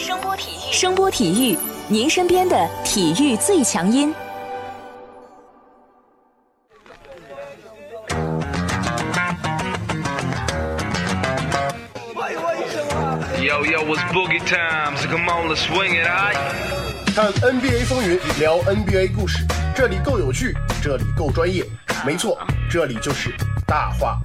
声波体育，您身边的体育最强音。 Yo, it's boogie time, so come on, let's swing it, alright? 看 NBA 风云，聊 NBA 故事，这里够有趣，这里够专业，没错，这里就是大话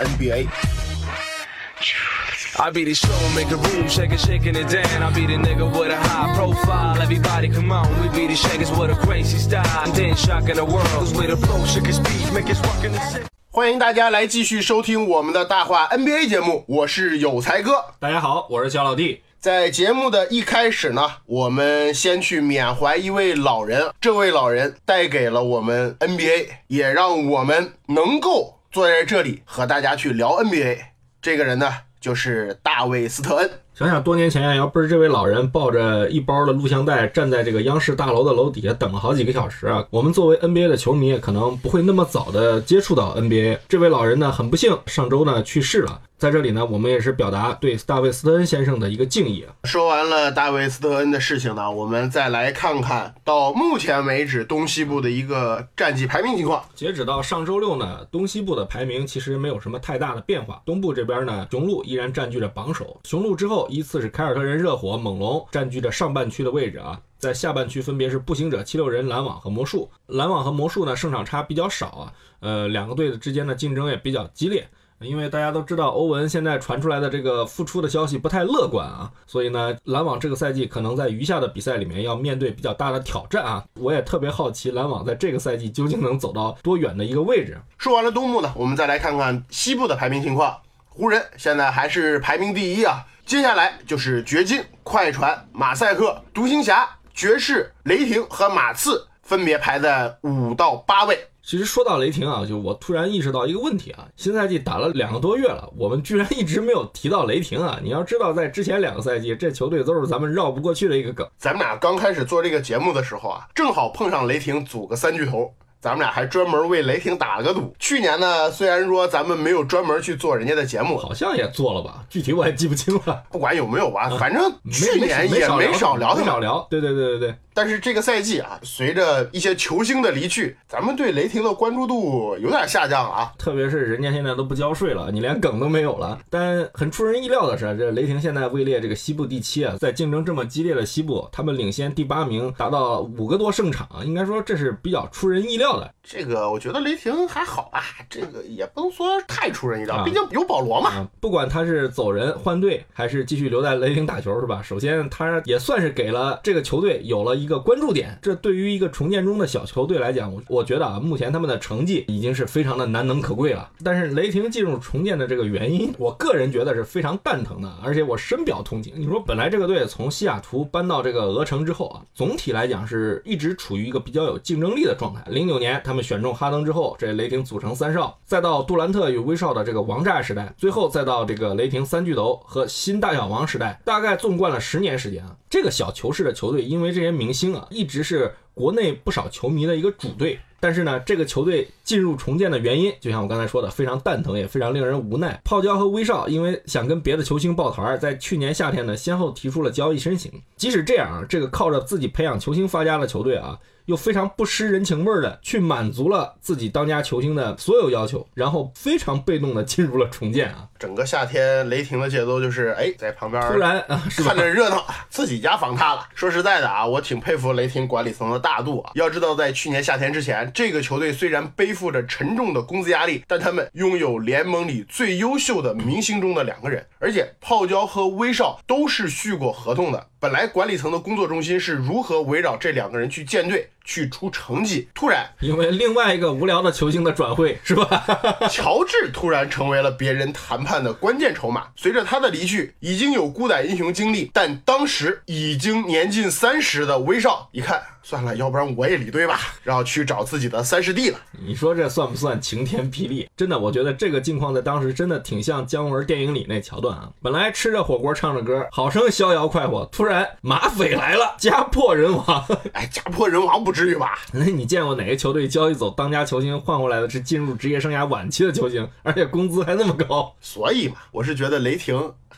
NBA。I be the show, make a room, shaking it down. I be the nigga with a high profile. Everybody come on, we be the shakers with a crazy style. And then shocking the world, cause we the flow, shake his speed, make us walk in the city. 欢迎大家来继续收听我们的大话 NBA 节目，我是有才哥。 大家好，我是小老弟。 在节目的一开始呢，我们先去缅怀一位老人，这位老人带给了我们 NBA， 也让我们能够坐在这里和大家去聊 NBA。 这个人呢，就是大卫斯特恩。 想想多年前，要不是这位老人抱着一包的录像带站在这个央视大楼的楼底下等了好几个小时啊，我们作为 NBA 的球迷可能不会那么早的接触到 NBA。 这位老人呢，很不幸上周呢去世了。在这里呢，我们也是表达对大卫斯特恩先生的一个敬意。 说完了大卫斯特恩的事情呢，我们再来看看到目前为止东西部的一个战绩排名情况。 截止到上周六呢，东西部的排名其实没有什么太大的变化。东部这边呢，雄鹿依然占据着榜首，雄鹿之后依次是凯尔特人、热火、猛龙，占据着上半区的位置啊。在下半区分别是步行者、76人、篮网和魔术。篮网和魔术呢，胜场差比较少啊，两个队的之间的竞争也比较激烈。因为大家都知道欧文现在传出来的这个复出的消息不太乐观啊，所以呢，篮网这个赛季可能在余下的比赛里面要面对比较大的挑战啊。我也特别好奇篮网在这个赛季究竟能走到多远的一个位置。 说完了东部呢，我们再来看看西部的排名情况。湖人现在还是排名第一啊，接下来就是掘金、快船、马赛克、独行侠、爵士、雷霆和马刺，分别排在5到8位。 其实说到雷霆啊，就我突然意识到一个问题啊，新赛季打了2个多月了，我们居然一直没有提到雷霆啊！你要知道，在之前2个赛季，这球队都是咱们绕不过去的一个梗。 咱们俩刚开始做这个节目的时候啊，正好碰上雷霆组个3巨头。咱们俩还专门为雷霆打了个赌。去年呢，虽然说咱们没有专门去做人家的节目， 好像也做了吧，具体我也记不清了。 不管有没有吧，反正去年也没少聊， 对。 但是这个赛季啊，随着一些球星的离去，咱们对雷霆的关注度有点下降了啊。 特别是人家现在都不交税了，你连梗都没有了。但很出人意料的是，这雷霆现在位列这个西部第7啊，在竞争这么激烈的西部，他们领先第8名，达到5个多胜场啊，应该说这是比较出人意料的。 这个我觉得雷霆还好吧，这个也不能说太出人意料，毕竟有保罗嘛。 不管他是走人换队，还是继续留在雷霆打球，是吧？首先他也算是给了这个球队有了一个关注点，这对于一个重建中的小球队来讲，我觉得啊，目前他们的成绩已经是非常的难能可贵了。但是雷霆进入重建的这个原因，我个人觉得是非常蛋疼的，而且我深表同情。你说本来这个队从西雅图搬到这个俄城之后啊，总体来讲是一直处于一个比较有竞争力的状态。09年他们选中哈登之后，这雷霆组成3少，再到杜兰特与威少的这个王炸时代，最后再到这个雷霆3巨头和新大小王时代，大概纵贯了10年时间啊。这个小球式的球队，因为这些明星啊，一直是国内不少球迷的一个主队。但是呢，这个球队进入重建的原因，就像我刚才说的，非常蛋疼，也非常令人无奈。泡椒和威少因为想跟别的球星抱团，在去年夏天呢，先后提出了交易申请。即使这样，这个靠着自己培养球星发家的球队啊，又非常不失人情味的去满足了自己当家球星的所有要求，然后非常被动的进入了重建啊。 整个夏天雷霆的节奏就是在旁边突然看着热闹，自己家房塌了。说实在的啊，我挺佩服雷霆管理层的大度啊。要知道在去年夏天之前，这个球队虽然背负着沉重的工资压力，但他们拥有联盟里最优秀的明星中的2个人，而且泡椒和威少都是续过合同的。本来管理层的工作中心是如何围绕这2个人去建队，去出成绩，突然因为另外一个无聊的球星的转会，是吧？ 乔治突然成为了别人谈判的关键筹码。随着他的离去，已经有孤胆英雄经历，但当时已经年近30的威少一看，算了，要不然我也离队吧，然后去找自己的3师弟了。 你说这算不算晴天霹雳？真的，我觉得这个境况在当时真的挺像姜文电影里那桥段啊。本来吃着火锅唱着歌，好生逍遥快活，突然马匪来了，家破人亡。 家破人亡不至于吧？ 那你见过哪个球队交易走当家球星换回来的是进入职业生涯晚期的球星，而且工资还那么高？ 所以嘛，我是觉得雷霆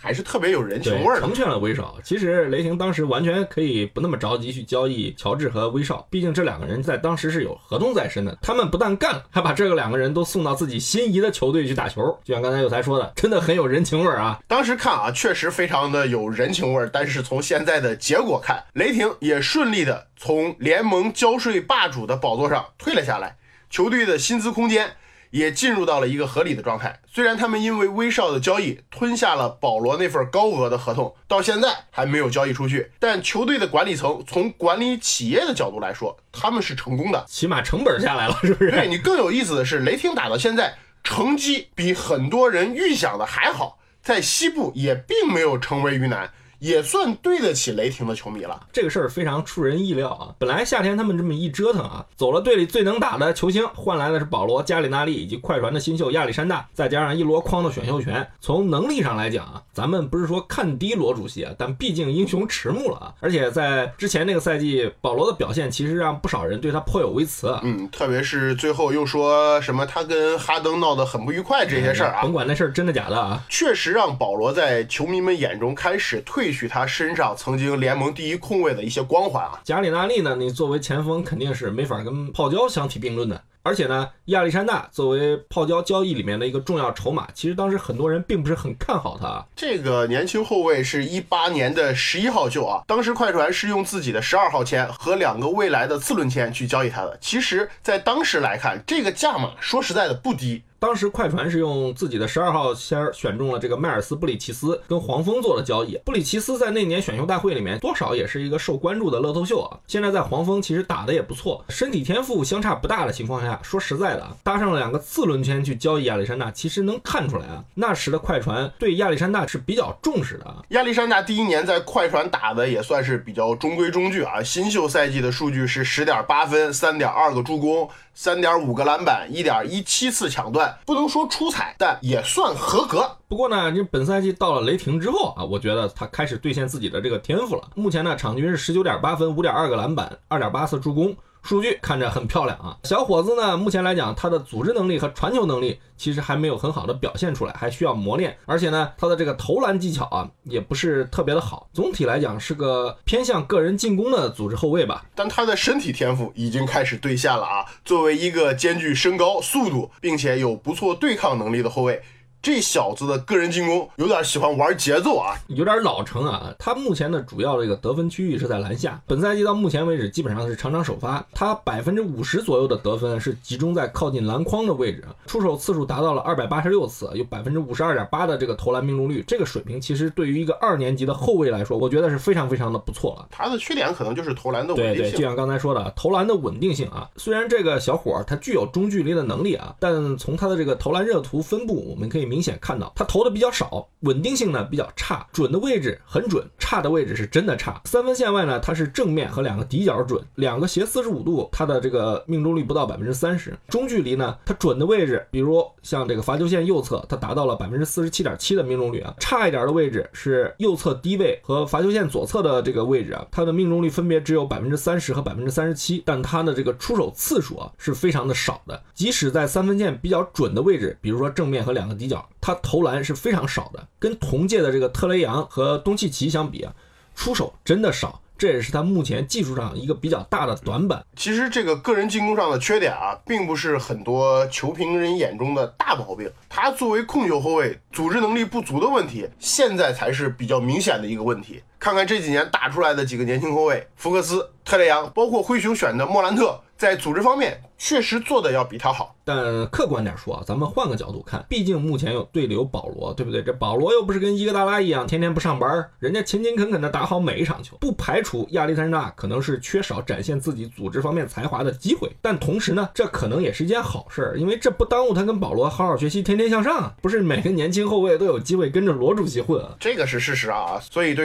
还是特别有人情味儿的， 成全了威少。其实雷霆当时完全可以不那么着急去交易乔治和威少，毕竟这两个人在当时是有合同在身的。他们不但干了，还把这两个人都送到自己心仪的球队去打球。就像刚才有才说的，真的很有人情味儿啊。 当时看啊，确实非常的有人情味儿，但是从现在的结果看，雷霆也顺利的从联盟交税霸主的宝座上退了下来，球队的薪资空间也进入到了一个合理的状态。虽然他们因为威少的交易吞下了保罗那份高额的合同，到现在还没有交易出去，但球队的管理层从管理企业的角度来说，他们是成功的， 起码成本下来了，是不是？ 对，你更有意思的是，雷霆打到现在成绩比很多人预想的还好，在西部也并没有成为鱼腩，也算对得起雷霆的球迷了。 这个事儿非常出人意料啊！本来夏天他们这么一折腾啊，走了队里最能打的球星，换来的是保罗、加里纳利以及快船的新秀亚历山大，再加上一箩筐的选秀权。从能力上来讲啊，咱们不是说看低罗主席啊，但毕竟英雄迟暮了啊！而且在之前那个赛季，保罗的表现其实让不少人对他颇有微词啊。 特别是最后又说什么他跟哈登闹得很不愉快这些事儿啊， 甭管那事儿真的假的啊， 确实让保罗在球迷们眼中开始褪去他身上曾经联盟第一控卫的一些光环啊。 加里纳利呢，你作为前锋肯定是没法跟泡椒相提并论的。而且呢，亚历山大作为泡椒交易里面的一个重要筹码，其实当时很多人并不是很看好他。 这个年轻后卫是18年的11号秀啊，当时快船是用自己的12号签和2个未来的次轮签去交易他的。其实在当时来看，这个价码说实在的不低。 当时快船是用自己的12号签选中了这个迈尔斯·布里奇斯，跟黄蜂做了交易。布里奇斯在那年选秀大会里面多少也是一个受关注的乐透秀啊。现在在黄蜂其实打的也不错，身体天赋相差不大的情况下，说实在的啊，搭上了2个次轮签去交易亚历山大，其实能看出来啊，那时的快船对亚历山大是比较重视的啊。 亚历山大第一年在快船打的也算是比较中规中矩啊，新秀赛季的数据是 10.8 分、3.2 个助攻、3.5 个篮板、1.17 次抢断，不能说出彩，但也算合格。 不过呢，这本赛季到了雷霆之后啊，我觉得他开始兑现自己的这个天赋了。目前呢，场均是 19.8 分、5.2 个篮板、2.8 次助攻，数据看着很漂亮啊。小伙子呢，目前来讲他的组织能力和传球能力其实还没有很好的表现出来，还需要磨练。而且呢，他的这个投篮技巧啊也不是特别的好，总体来讲是个偏向个人进攻的组织后卫吧。 但他的身体天赋已经开始兑现了啊！作为一个兼具身高、速度并且有不错对抗能力的后卫，这小子的个人进攻有点喜欢玩节奏啊， 有点老成啊。他目前的主要这个得分区域是在篮下，本赛季到目前为止基本上是场场首发，他 50% 左右的得分是集中在靠近篮筐的位置，出手次数达到了286次，有 52.8% 的这个投篮命中率。这个水平其实对于一个2年级的后卫来说，我觉得是非常非常的不错了。 他的缺点可能就是投篮的稳定性。 对，就像刚才说的，投篮的稳定性啊，虽然这个小伙他具有中距离的能力啊，但从他的这个投篮热图分布，我们可以明显看到他投的比较少，稳定性呢比较差，准的位置很准，差的位置是真的差。3分线外呢，他是正面和2个底角准，2个斜45度，他的这个命中率不到 30%。中距离呢，他准的位置，比如像这个罚球线右侧，他达到了 47.7% 的命中率啊。差一点的位置是右侧低位和罚球线左侧的这个位置啊，他的命中率分别只有 30% 和 37%， 但他的这个出手次数啊是非常的少的。即使在3分线比较准的位置，比如说正面和2个底角，他投篮是非常少的，跟同届的这个特雷杨和东契奇相比啊，出手真的少，这也是他目前技术上一个比较大的短板。 其实这个个人进攻上的缺点啊，并不是很多球评人眼中的大毛病，他作为控球后卫组织能力不足的问题，现在才是比较明显的一个问题。看看这几年打出来的几个年轻后卫，福克斯、特雷杨，包括灰熊选的莫兰特，在组织方面确实做的要比他好。 但客观点说啊，咱们换个角度看，毕竟目前有队里有保罗，对不对？这保罗又不是跟伊戈达拉一样天天不上班，人家勤勤恳恳的打好每一场球，不排除亚历山大可能是缺少展现自己组织方面才华的机会。但同时呢，这可能也是一件好事，因为这不耽误他跟保罗好好学习，天天向上啊！不是每个年轻后卫都有机会跟着罗主席混啊， 这个是事实啊。所以对于雷霆来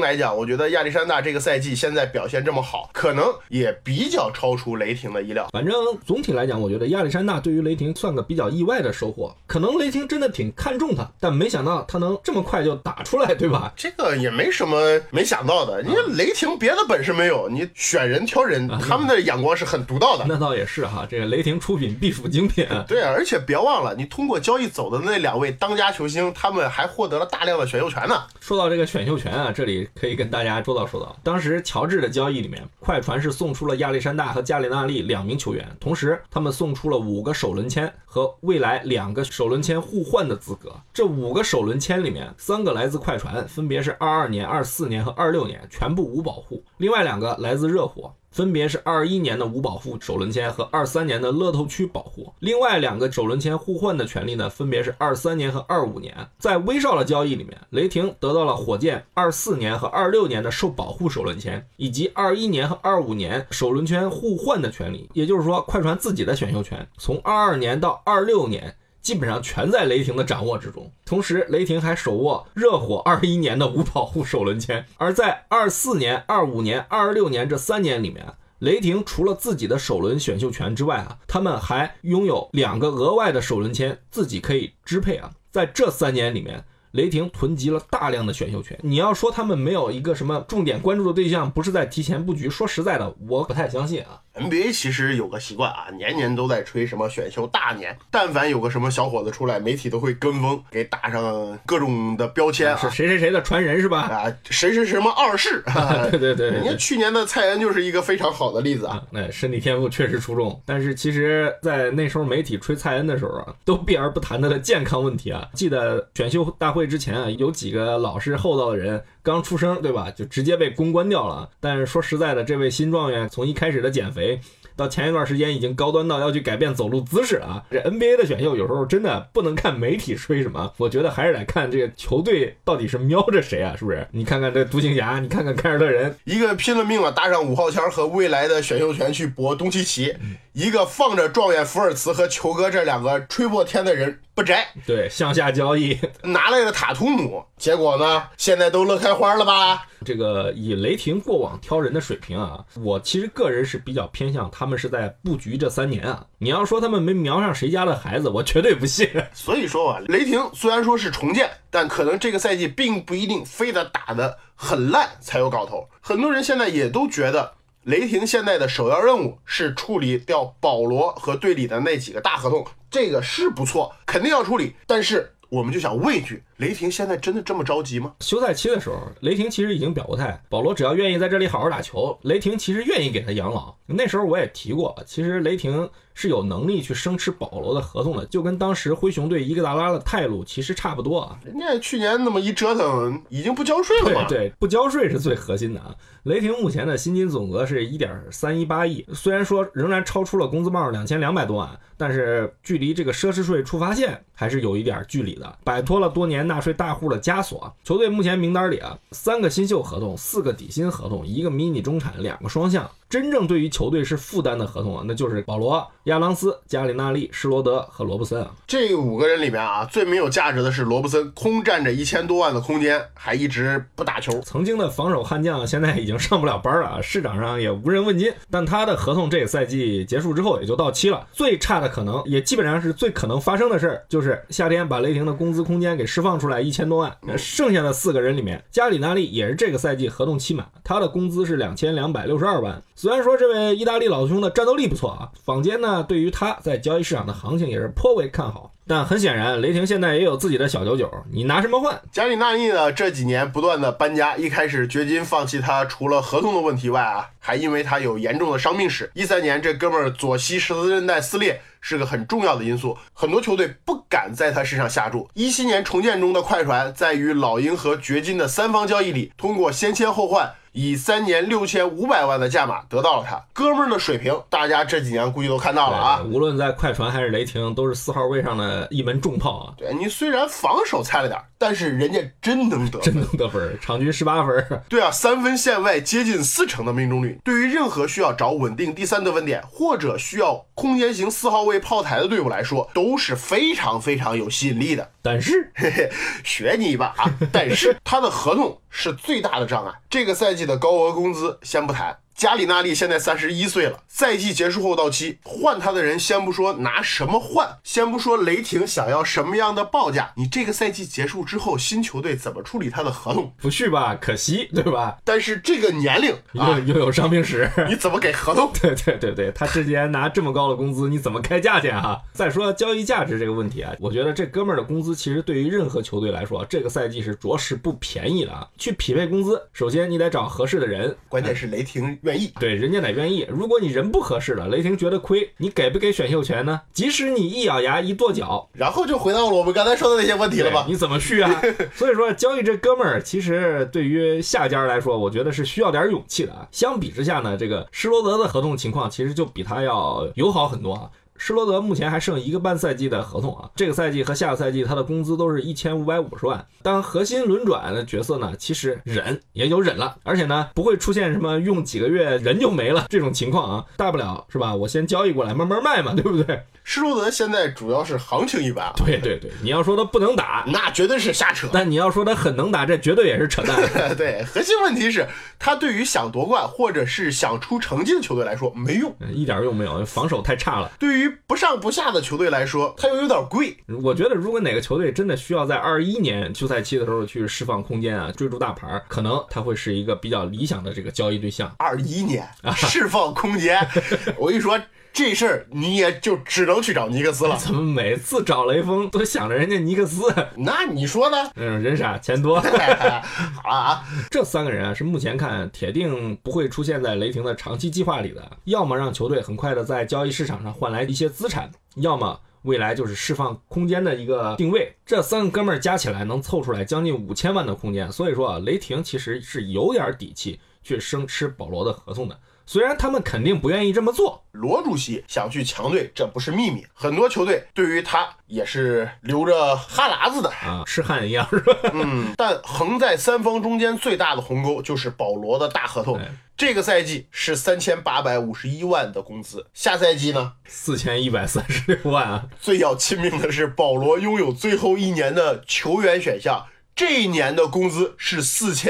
来讲，我觉得亚历山大这个赛季现在表现这么好，可能也比较超出雷霆的意料。 反正总体来讲，我觉得亚历山大对于雷霆算个比较意外的收获。可能雷霆真的挺看重他，但没想到他能这么快就打出来，对吧？ 这个也没什么没想到的，因为雷霆别的本事没有，你选人挑人，他们的眼光是很独到的。 那倒也是哈，这个雷霆出品必属精品。 对啊，而且别忘了，你通过交易走的那2位当家球星，他们还获得了大量的选秀权呢。 说到这个选秀权啊，这里可以跟大家说道，当时乔治的交易里面，快船是送出了亚历山大和加里纳利2名球员，同时他们送出了5个首轮签和未来2个首轮签互换的资格。这5个首轮签里面，3个来自快船，分别是22年、24年和26年，全部无保护；另外2个来自热火，分别是21年的无保护首轮签和23年的乐透区保护。另外2个首轮签互换的权利呢，分别是23年和25年。在威少的交易里面，雷霆得到了火箭24年和26年的受保护首轮签，以及21年和25年首轮签互换的权利。也就是说，快船自己的选秀权从22年到26年基本上全在雷霆的掌握之中。同时雷霆还手握热火21年的无保护首轮签。而在24年、25年、26年这3年里面，雷霆除了自己的首轮选秀权之外啊，他们还拥有2个额外的首轮签自己可以支配啊。在这3年里面，雷霆囤积了大量的选秀权。你要说他们没有一个什么重点关注的对象，不是在提前布局，说实在的，我不太相信啊。 NBA 其实有个习惯啊，年年都在吹什么选秀大年，但凡有个什么小伙子出来，媒体都会跟风，给打上各种的标签啊， 是谁谁谁的传人是吧？ 啊，谁是什么2世、 对对对， 人家去年的蔡恩就是一个非常好的例子啊。 身体天赋确实出众，但是其实在那时候媒体吹蔡恩的时候啊，都避而不谈他的健康问题啊。记得选秀大会之前啊，有几个老实厚道的人刚出生，对吧，就直接被公关掉了。但是说实在的，这位新状元从一开始的减肥到前一段时间已经高端到要去改变走路姿势了啊！这 NBA 的选秀有时候真的不能看媒体吹什么，我觉得还是得看这个球队到底是瞄着谁啊，是不是？你看看这独行侠，你看看凯尔特人， 一个拼了命了搭上5号签和未来的选秀权去搏东契奇，一个放着状元福尔茨和球哥这2个吹破天的人不摘， 对，向下交易拿来了塔图姆，结果呢，现在都乐开花了吧？ 这个以雷霆过往挑人的水平啊，我其实个人是比较偏向他们是在布局这3年啊。你要说他们没瞄上谁家的孩子，我绝对不信。 所以说啊，雷霆虽然说是重建，但可能这个赛季并不一定非得打得很烂才有搞头。很多人现在也都觉得雷霆现在的首要任务是处理掉保罗和队里的那几个大合同，这个是不错，肯定要处理，但是我们就想问一句，雷霆现在真的这么着急吗？ 休赛期的时候，雷霆其实已经表过态，保罗只要愿意在这里好好打球，雷霆其实愿意给他养老。那时候我也提过，其实雷霆是有能力去生吃保罗的合同的，就跟当时灰熊队伊戈达拉的态度其实差不多啊。 人家去年那么一折腾，已经不交税了嘛？ 对，不交税是最核心的啊。雷霆目前的薪金总额是 1.318 亿，虽然说仍然超出了工资帽2200多万，但是距离这个奢侈税触发线还是有一点距离的，摆脱了多年纳税大户的枷锁。球队目前名单里啊，3个新秀合同，4个底薪合同，1个迷你中产，2个双向。真正对于球队是负担的合同啊，那就是保罗、亚当斯、加里纳利、施罗德和罗布森啊。 这5个人里面啊，最没有价值的是罗布森，空占着1000多万的空间，还一直不打球。 曾经的防守悍将现在已经上不了班了啊，市场上也无人问津。但他的合同这个赛季结束之后也就到期了，最差的可能也基本上是最可能发生的事，就是夏天把雷霆的工资空间给释放出来1000多万。剩下的4个人里面，加里纳利也是这个赛季合同期满，他的工资是2262万。虽然说这位意大利老兄的战斗力不错啊，坊间呢对于他在交易市场的行情也是颇为看好，但很显然雷霆现在也有自己的小九九，你拿什么换？ 加里纳利呢这几年不断的搬家，一开始掘金放弃他除了合同的问题外啊，还因为他有严重的伤病史。13年这哥们儿左膝十字韧带撕裂是个很重要的因素，很多球队不敢在他身上下注。17年重建中的快船在与老鹰和掘金的3方交易里，通过先签后换以3年6500万的价码得到了他。哥们儿的水平，大家这几年估计都看到了啊。 无论在快船还是雷霆，都是4号位上的一门重炮啊。 对，你虽然防守菜了点，但是人家真能得分， 真能得分，场均18分。 对啊，3分线外接近40%的命中率。对于任何需要找稳定第3得分点，或者需要空间型4号位炮台的队伍来说，都是非常非常有吸引力的。 但是， 学你一把啊！但是他的合同是最大的障碍。这个赛季的高额工资先不谈。加里纳利现在31岁了，赛季结束后到期，换他的人先不说拿什么换，先不说雷霆想要什么样的报价，你这个赛季结束之后，新球队怎么处理他的合同？ 不续吧，可惜，对吧？ 但是这个年龄又有伤病史， 你怎么给合同？ 对，他之前拿这么高的工资，你怎么开价钱啊？再说交易价值这个问题啊，我觉得这哥们儿的工资其实对于任何球队来说，这个赛季是着实不便宜的啊。去匹配工资，首先你得找合适的人， 关键是雷霆愿意， 对，人家得愿意。如果你人不合适了，雷霆觉得亏，你给不给选秀权呢？即使你一咬牙一跺脚， 然后就回到了我们刚才说的那些问题了吧？ 你怎么续啊？所以说交易这哥们儿，其实对于下家来说，我觉得是需要点勇气的啊。相比之下呢，这个施罗德的合同情况其实就比他要友好很多啊。施罗德目前还剩1个半赛季的合同啊，这个赛季和下个赛季他的工资都是1550万。当核心轮转的角色呢，其实忍也就忍了，而且呢不会出现什么用几个月人就没了这种情况啊，大不了是吧？我先交易过来慢慢卖嘛，对不对？ 施罗德现在主要是行情一般啊。 对，你要说他不能打， 那绝对是瞎扯； 但你要说他很能打，这绝对也是扯淡。 对，核心问题是他对于想夺冠或者是想出成绩的球队来说没用， 一点用没有，防守太差了。 对于不上不下的球队来说，他又有点贵。 我觉得如果哪个球队真的需要在21年休赛期的时候去释放空间啊，追逐大牌，可能他会是一个比较理想的这个交易对象。 21年释放空间，我跟你说。这事儿你也就只能去找尼克斯了。 怎么每次找雷锋都想着人家尼克斯？ 那你说呢？ 人傻钱多。 好了啊， 这3个人啊，是目前看铁定不会出现在雷霆的长期计划里的。要么让球队很快的在交易市场上换来一些资产，要么未来就是释放空间的一个定位。这3个哥们儿加起来能凑出来将近5000万的空间，所以说啊，雷霆其实是有点底气去生吃保罗的合同的。虽然他们肯定不愿意这么做， 罗主席想去强队，这不是秘密。很多球队对于他也是流着哈喇子的啊，痴汉一样是吧？ 但横在3方中间最大的鸿沟就是保罗的大合同。这个赛季是3851万的工资，下赛季呢 4136万啊。 最要亲命的是，保罗拥有最后1年的球员选项。这一年的工资是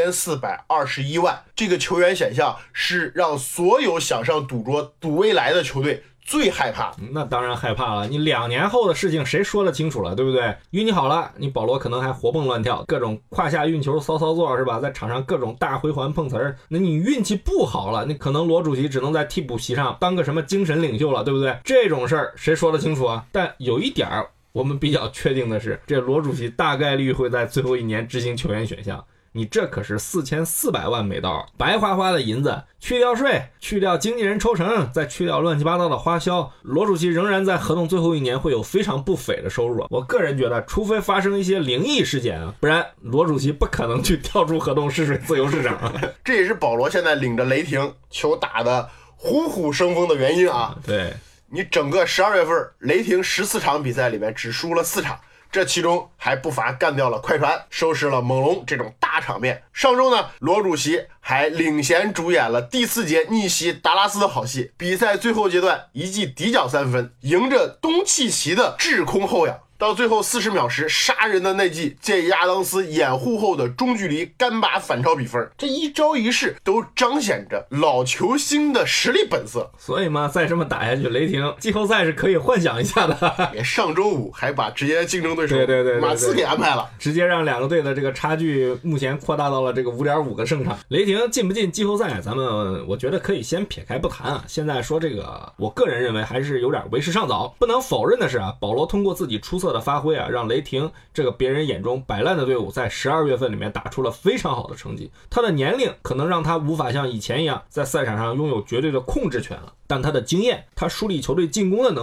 4421万，这个球员选项是让所有想上赌桌赌未来的球队最害怕。 那当然害怕了，你2年后的事情谁说得清楚了，对不对？运气好了，你保罗可能还活蹦乱跳，各种胯下运球骚操作是吧？在场上各种大回环碰瓷儿。那你运气不好了，你可能罗主席只能在替补席上当个什么精神领袖了，对不对？这种事儿谁说得清楚啊？但有一点我们比较确定的是，这罗主席大概率会在最后1年执行球员选项。你这可是4400万美刀，白花花的银子，去掉税，去掉经纪人抽成，再去掉乱七八糟的花销，罗主席仍然在合同最后1年会有非常不菲的收入。我个人觉得，除非发生一些灵异事件啊，不然罗主席不可能去跳出合同试水自由市场啊。 这也是保罗现在领着雷霆球打的虎虎生风的原因啊。 对。 你整个12月份雷霆14场比赛里面只输了4场，这其中还不乏干掉了快船，收拾了猛龙这种大场面。上周呢，罗主席还领衔主演了第4节逆袭达拉斯的好戏。比赛最后阶段一记底角3分，迎着东契奇的制空后仰，到最后40秒时杀人的那记借亚当斯掩护后的中距离干拔反超比分，这一招一式都彰显着老球星的实力本色。 所以嘛，再这么打下去，雷霆季后赛是可以幻想一下的。 上周5还把直接竞争对手马刺给安排了， 直接让2个队的这个差距目前扩大到了这个5.5个胜场。雷霆进不进季后赛，咱们我觉得可以先撇开不谈啊。现在说这个，我个人认为还是有点为时尚早。不能否认的是啊，保罗通过自己出色的发挥啊，让雷霆这个别人眼中摆烂的队伍在12月份里面打出了非常好的成绩。他的年龄可能让他无法像以前一样在赛场上拥有绝对的控制权了，但他的经验，他梳理球队进攻的能力，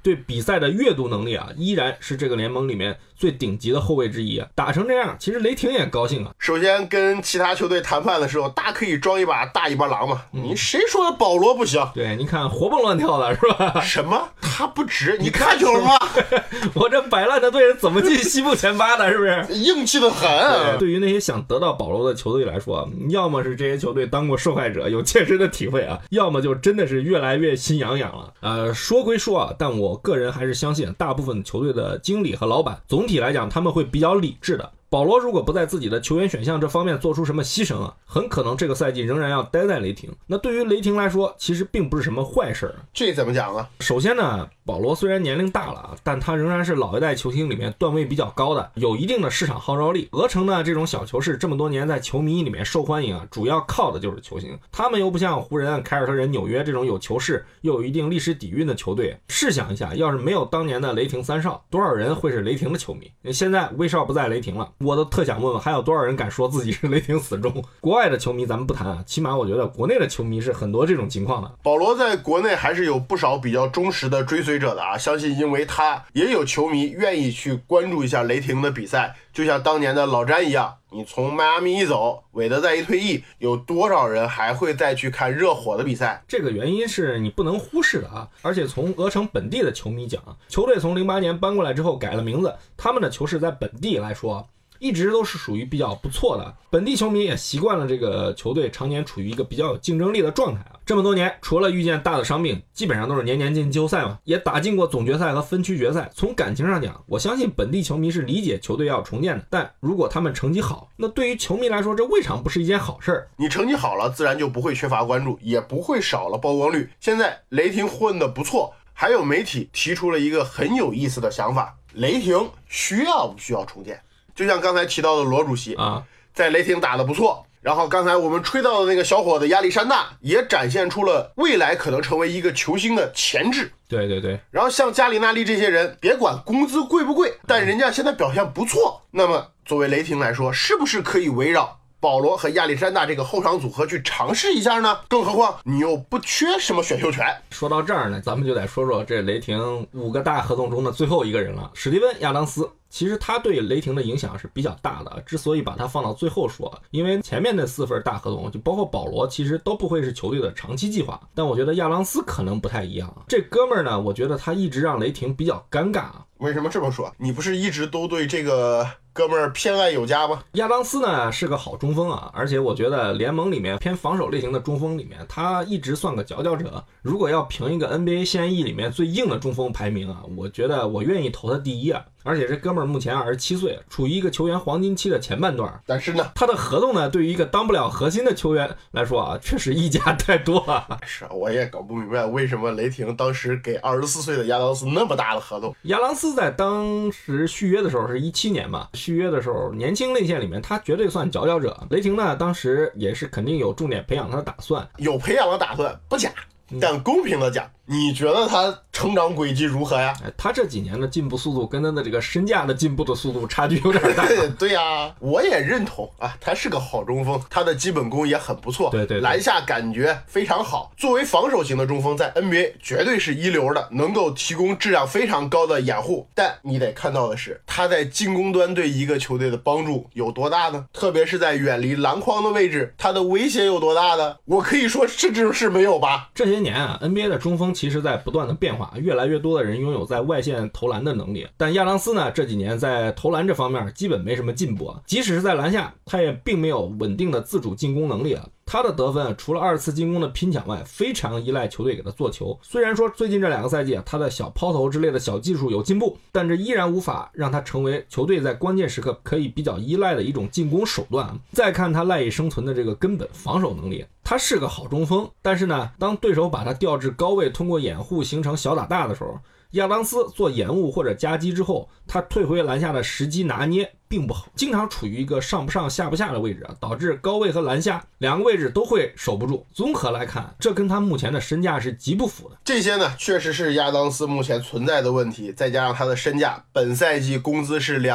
对比赛的阅读能力啊，依然是这个联盟里面最顶级的后卫之一啊。打成这样，其实雷霆也高兴啊。 首先跟其他球队谈判的时候，大可以装一把大尾巴狼嘛。你谁说的保罗不行？ 对，你看活蹦乱跳的是吧？ 什么？他不值？你看球了吗？ 我这摆烂的队怎么进西部前8的？是不是？ 硬气的很。 对于那些想得到保罗的球队来说，要么是这些球队当过受害者，有切身的体会啊，要么就真的是越来越心痒痒了。说归说啊，但我个人还是相信大部分球队的经理和老板，总体来讲他们会比较理智的。保罗如果不在自己的球员选项这方面做出什么牺牲啊，很可能这个赛季仍然要待在雷霆。那对于雷霆来说，其实并不是什么坏事。 这怎么讲啊？ 首先呢，保罗虽然年龄大了，但他仍然是老一代球星里面段位比较高的，有一定的市场号召力。俄城呢这种小球市这么多年在球迷里面受欢迎啊，主要靠的就是球星。他们又不像湖人、凯尔特人、纽约这种有球市又有一定历史底蕴的球队。试想一下，要是没有当年的雷霆三少，多少人会是雷霆的球迷？现在威少不在雷霆了，我都特想问问，还有多少人敢说自己是雷霆死忠？国外的球迷咱们不谈啊，起码我觉得国内的球迷是很多这种情况的。 保罗在国内还是有不少比较忠实的追随者的啊，相信因为他也有球迷愿意去关注一下雷霆的比赛，就像当年的老詹一样，你从迈阿密一走，韦德再一退役，有多少人还会再去看热火的比赛？ 这个原因是你不能忽视的啊！而且从俄城本地的球迷讲，球队从08年搬过来之后改了名字，他们的球市在本地来说一直都是属于比较不错的，本地球迷也习惯了这个球队常年处于一个比较有竞争力的状态啊。这么多年，除了遇见大的伤病，基本上都是年年进季后赛嘛，也打进过总决赛和分区决赛。从感情上讲，我相信本地球迷是理解球队要重建的，但如果他们成绩好，那对于球迷来说，这未尝不是一件好事。 你成绩好了，自然就不会缺乏关注，也不会少了曝光率。现在雷霆混得不错，还有媒体提出了一个很有意思的想法，雷霆需要不需要重建？就像刚才提到的罗主席啊， 在雷霆打得不错，然后刚才我们吹到的那个小伙子亚历山大也展现出了未来可能成为一个球星的潜质。 对对对。 然后像加里纳利这些人，别管工资贵不贵，但人家现在表现不错。那么作为雷霆来说，是不是可以围绕保罗和亚历山大这个后场组合去尝试一下呢？更何况你又不缺什么选秀权。 说到这儿呢，咱们就得说说这雷霆5个大合同中的最后一个人了，史蒂芬·亚当斯。其实他对雷霆的影响是比较大的，之所以把他放到最后说，因为前面那4份大合同，就包括保罗，其实都不会是球队的长期计划。但我觉得亚当斯可能不太一样，这哥们儿呢，我觉得他一直让雷霆比较尴尬。 为什么这么说？你不是一直都对这个哥们儿偏爱有加吗？ 亚当斯呢是个好中锋啊，而且我觉得联盟里面偏防守类型的中锋里面，他一直算个佼佼者。如果要评一个 NBA 现役里面最硬的中锋排名啊，我觉得我愿意投他第一啊。而且这哥们儿目前27岁，处于一个球员黄金期的前半段。 但是呢， 他的合同呢，对于一个当不了核心的球员来说啊，确实溢价太多了。 是，我也搞不明白为什么雷霆当时给24岁的亚当斯那么大的合同。 亚当斯在当时续约的时候是17年嘛，续约的时候年轻内线里面他绝对算佼佼者。雷霆呢，当时也是肯定有重点培养他的打算， 有培养的打算不假。但公平的讲，你觉得他成长轨迹如何呀？ 他这几年的进步速度跟他的这个身价的进步的速度差距有点大。 对呀，我也认同啊，他是个好中锋，他的基本功也很不错， 对， 篮下感觉非常好。作为防守型的中锋，在 NBA 绝对是一流的，能够提供质量非常高的掩护。但你得看到的是，他在进攻端对一个球队的帮助有多大呢？特别是在远离篮筐的位置，他的威胁有多大呢？我可以说甚至是没有吧。 这些年啊 NBA 的中锋其实在不断的变化，越来越多的人拥有在外线投篮的能力，但亚当斯呢这几年在投篮这方面基本没什么进步啊，即使是在篮下他也并没有稳定的自主进攻能力啊。他的得分除了2次进攻的拼抢外，非常依赖球队给他做球。虽然说最近这2个赛季他的小抛投之类的小技术有进步，但这依然无法让他成为球队在关键时刻可以比较依赖的一种进攻手段。再看他赖以生存的这个根本防守能力，他是个好中锋，但是呢，当对手把他调至高位，通过掩护形成小打大的时候，亚当斯做掩护或者夹击之后，他退回篮下的时机拿捏并不好，经常处于一个上不上下不下的位置啊，导致高位和篮下2个位置都会守不住。综合来看，这跟他目前的身价是极不符的。 这些呢，确实是亚当斯目前存在的问题，再加上他的身价，本赛季工资是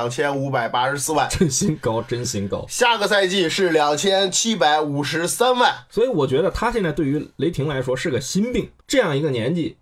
2584万， 真心高，真心高。 下个赛季是2753万， 所以我觉得他现在对于雷霆来说是个心病。这样一个年纪，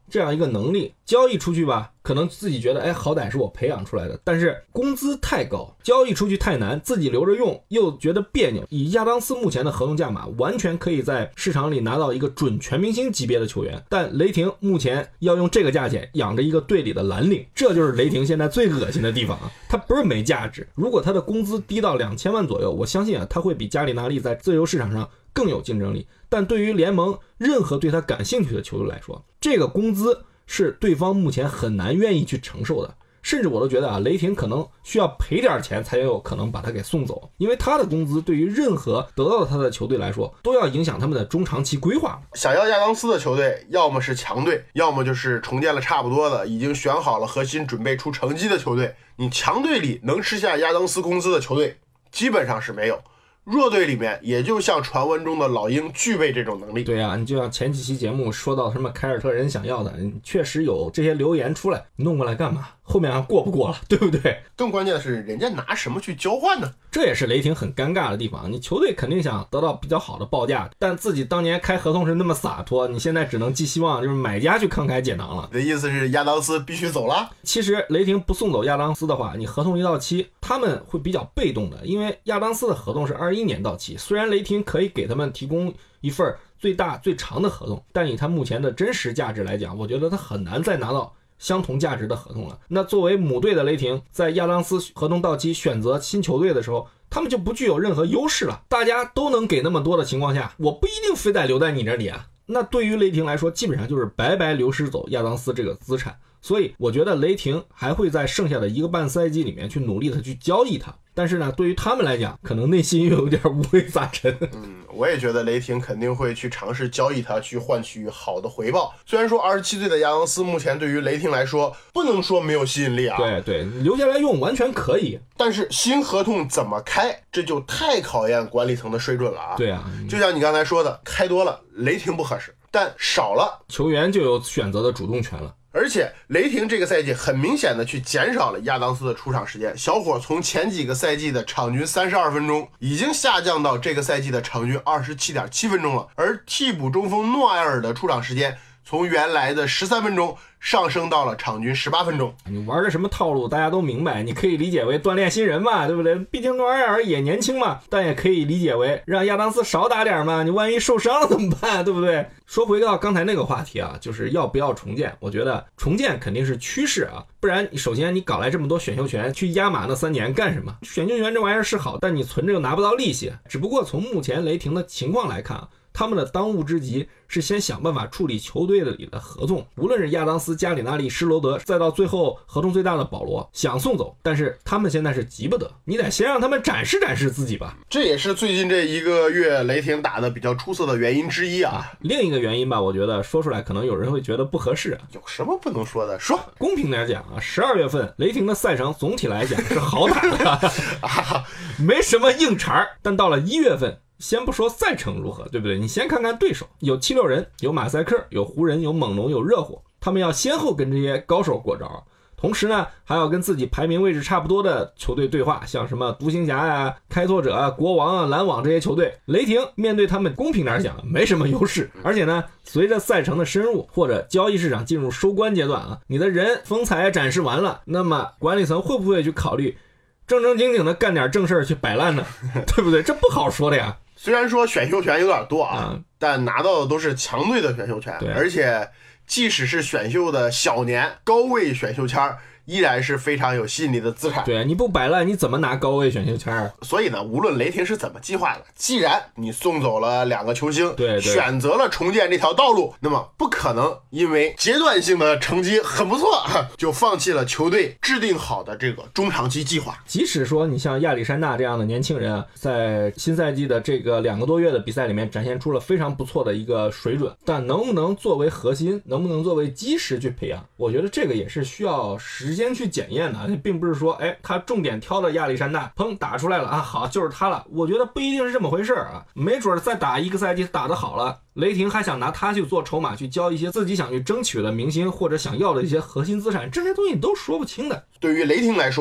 这样一个能力，交易出去吧，可能自己觉得好歹是我培养出来的，但是工资太高，交易出去太难，自己留着用又觉得别扭。以亚当斯目前的合同价码，完全可以在市场里拿到一个准全明星级别的球员，但雷霆目前要用这个价钱养着一个队里的蓝领，这就是雷霆现在最恶心的地方啊！他不是没价值，如果他的工资低到2000万左右，我相信他会比加里纳利在自由市场上更有竞争力。但对于联盟任何对他感兴趣的球队来说，这个工资是对方目前很难愿意去承受的，甚至我都觉得雷霆可能需要赔点钱才有可能把他给送走，因为他的工资对于任何得到他的球队来说，都要影响他们的中长期规划。 想要亚当斯的球队，要么是强队，要么就是重建了差不多的，已经选好了核心，准备出成绩的球队。你强队里能吃下亚当斯工资的球队，基本上是没有。弱队里面也就像传闻中的老鹰具备这种能力。 对啊，你就像前几期节目说到什么凯尔特人想要的，你确实有这些留言出来，你弄过来干嘛？后面还过不过了，对不对？ 更关键的是，人家拿什么去交换呢？ 这也是雷霆很尴尬的地方。你球队肯定想得到比较好的报价，但自己当年开合同是那么洒脱，你现在只能寄希望就是买家去慷慨解囊了。 你的意思是亚当斯必须走了？ 其实雷霆不送走亚当斯的话，你合同一到期，他们会比较被动的，因为亚当斯的合同是21年到期，虽然雷霆可以给他们提供一份最大最长的合同，但以他目前的真实价值来讲，我觉得他很难再拿到相同价值的合同了。那作为母队的雷霆，在亚当斯合同到期选择新球队的时候，他们就不具有任何优势了。大家都能给那么多的情况下，我不一定非得留在你这里啊。那对于雷霆来说，基本上就是白白流失走亚当斯这个资产。所以我觉得雷霆还会在剩下的1个半赛季里面去努力的去交易他，但是呢，对于他们来讲，可能内心又有点五味杂陈。 我也觉得雷霆肯定会去尝试交易他，去换取好的回报。虽然说27岁的亚当斯目前对于雷霆来说不能说没有吸引力啊， 对，留下来用完全可以， 但是新合同怎么开，这就太考验管理层的水准了啊。 对啊， 就像你刚才说的，开多了雷霆不合适，但少了球员就有选择的主动权了。 而且雷霆这个赛季很明显的去减少了亚当斯的出场时间，小伙从前几个赛季的场均32分钟已经下降到这个赛季的场均27.7分钟了，而替补中锋诺埃尔的出场时间从原来的13分钟上升到了场均18分钟。 你玩的什么套路大家都明白，你可以理解为锻炼新人嘛，对不对？毕竟诺埃尔也年轻嘛，但也可以理解为让亚当斯少打点嘛，你万一受伤了怎么办，对不对？说回到刚才那个话题啊，就是要不要重建。我觉得重建肯定是趋势啊，不然首先你搞来这么多选秀权去压码那3年干什么？选秀权这玩意儿是好，但你存着又拿不到利息。只不过从目前雷霆的情况来看，他们的当务之急是先想办法处理球队里的合同，无论是亚当斯、加里纳利、施罗德，再到最后合同最大的保罗，想送走，但是他们现在是急不得，你得先让他们展示展示自己吧。 这也是最近这1个月雷霆打的比较出色的原因之一啊。 另一个原因吧，我觉得说出来可能有人会觉得不合适。 有什么不能说的？说。 公平点讲啊，12月份雷霆的赛程总体来讲是好打的没什么硬茬，但到了1月份，先不说赛程如何，对不对？你先看看对手，有76人，有马赛克，有湖人，有猛龙，有热火，他们要先后跟这些高手过招，同时呢，还要跟自己排名位置差不多的球队对话，像什么独行侠啊、开拓者啊、国王啊、篮网这些球队。雷霆面对他们，公平点讲，没什么优势。而且呢，随着赛程的深入或者交易市场进入收官阶段啊，你的人风采展示完了，那么管理层会不会去考虑正正经经的干点正事去摆烂呢？对不对？这不好说的呀。 虽然说选秀权有点多啊，但拿到的都是强队的选秀权，而且即使是选秀的小年高位选秀签，依然是非常有吸引力的资产。 对，你不摆烂，你怎么拿高位选秀签？ 所以呢，无论雷霆是怎么计划的，既然你送走了2个球星， 对， 选择了重建这条道路，那么不可能因为阶段性的成绩很不错就放弃了球队制定好的这个中长期计划。 即使说你像亚历山大这样的年轻人啊，在新赛季的这个2个多月的比赛里面展现出了非常不错的一个水准，但能不能作为核心，能不能作为基石去培养，我觉得这个也是需要时间去检验的，并不是说他重点挑的亚历山大砰打出来了啊，好就是他了，我觉得不一定是这么回事啊，没准再打1个赛季打得好了，雷霆还想拿他去做筹码去交一些自己想去争取的明星或者想要的一些核心资产，这些东西都说不清的。 对于雷霆来说，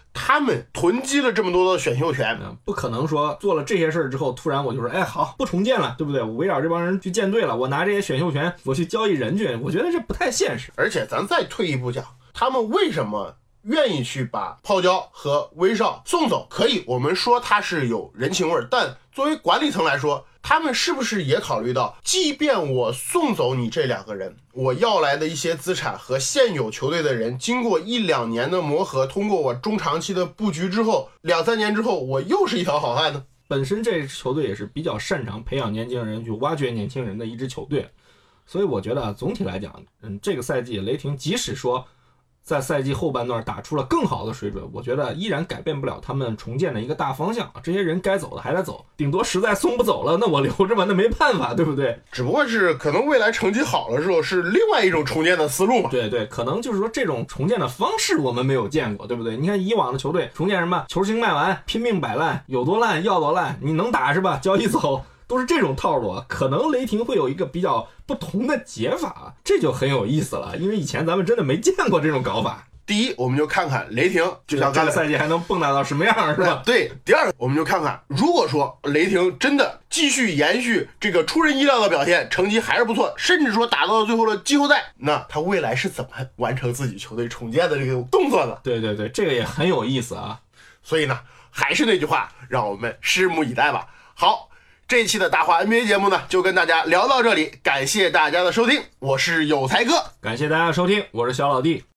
他们囤积了这么多的选秀权， 不可能说做了这些事儿之后，突然我就说，哎，好，不重建了，对不对？我围绕这帮人去建队了，我拿这些选秀权，我去交易人去，我觉得这不太现实。 而且咱再退一步讲，他们为什么愿意去把泡椒和威少送走？可以，我们说他是有人情味，但作为管理层来说，他们是不是也考虑到，即便我送走你这2个人，我要来的一些资产和现有球队的人，经过1-2年的磨合，通过我中长期的布局之后，2-3年之后，我又是一条好汉呢？ 本身这支球队也是比较擅长培养年轻人，去挖掘年轻人的一支球队，所以我觉得总体来讲，这个赛季雷霆即使说在赛季后半段打出了更好的水准，我觉得依然改变不了他们重建的一个大方向。这些人该走的还得走，顶多实在送不走了，那我留着吧，那没办法，对不对？ 只不过是可能未来成绩好了之后是另外一种重建的思路嘛。 对对，可能就是说这种重建的方式我们没有见过，对不对？你看以往的球队重建什么，球星卖完拼命摆烂，有多烂要多烂，你能打是吧？交易走。都是这种套路啊，可能雷霆会有一个比较不同的解法，这就很有意思了，因为以前咱们真的没见过这种搞法。 第一，我们就看看雷霆，就像这个赛季还能蹦跶到什么样，是吧？ 对。第二，我们就看看，如果说雷霆真的继续延续这个出人意料的表现，成绩还是不错，甚至说打到最后的季后赛，那他未来是怎么完成自己球队重建的这个动作呢？ 对对对，这个也很有意思啊。 所以呢，还是那句话，让我们拭目以待吧。好。这一期的大话 NBA 节目呢，就跟大家聊到这里，感谢大家的收听，我是有才哥， 感谢大家的收听，我是小老弟。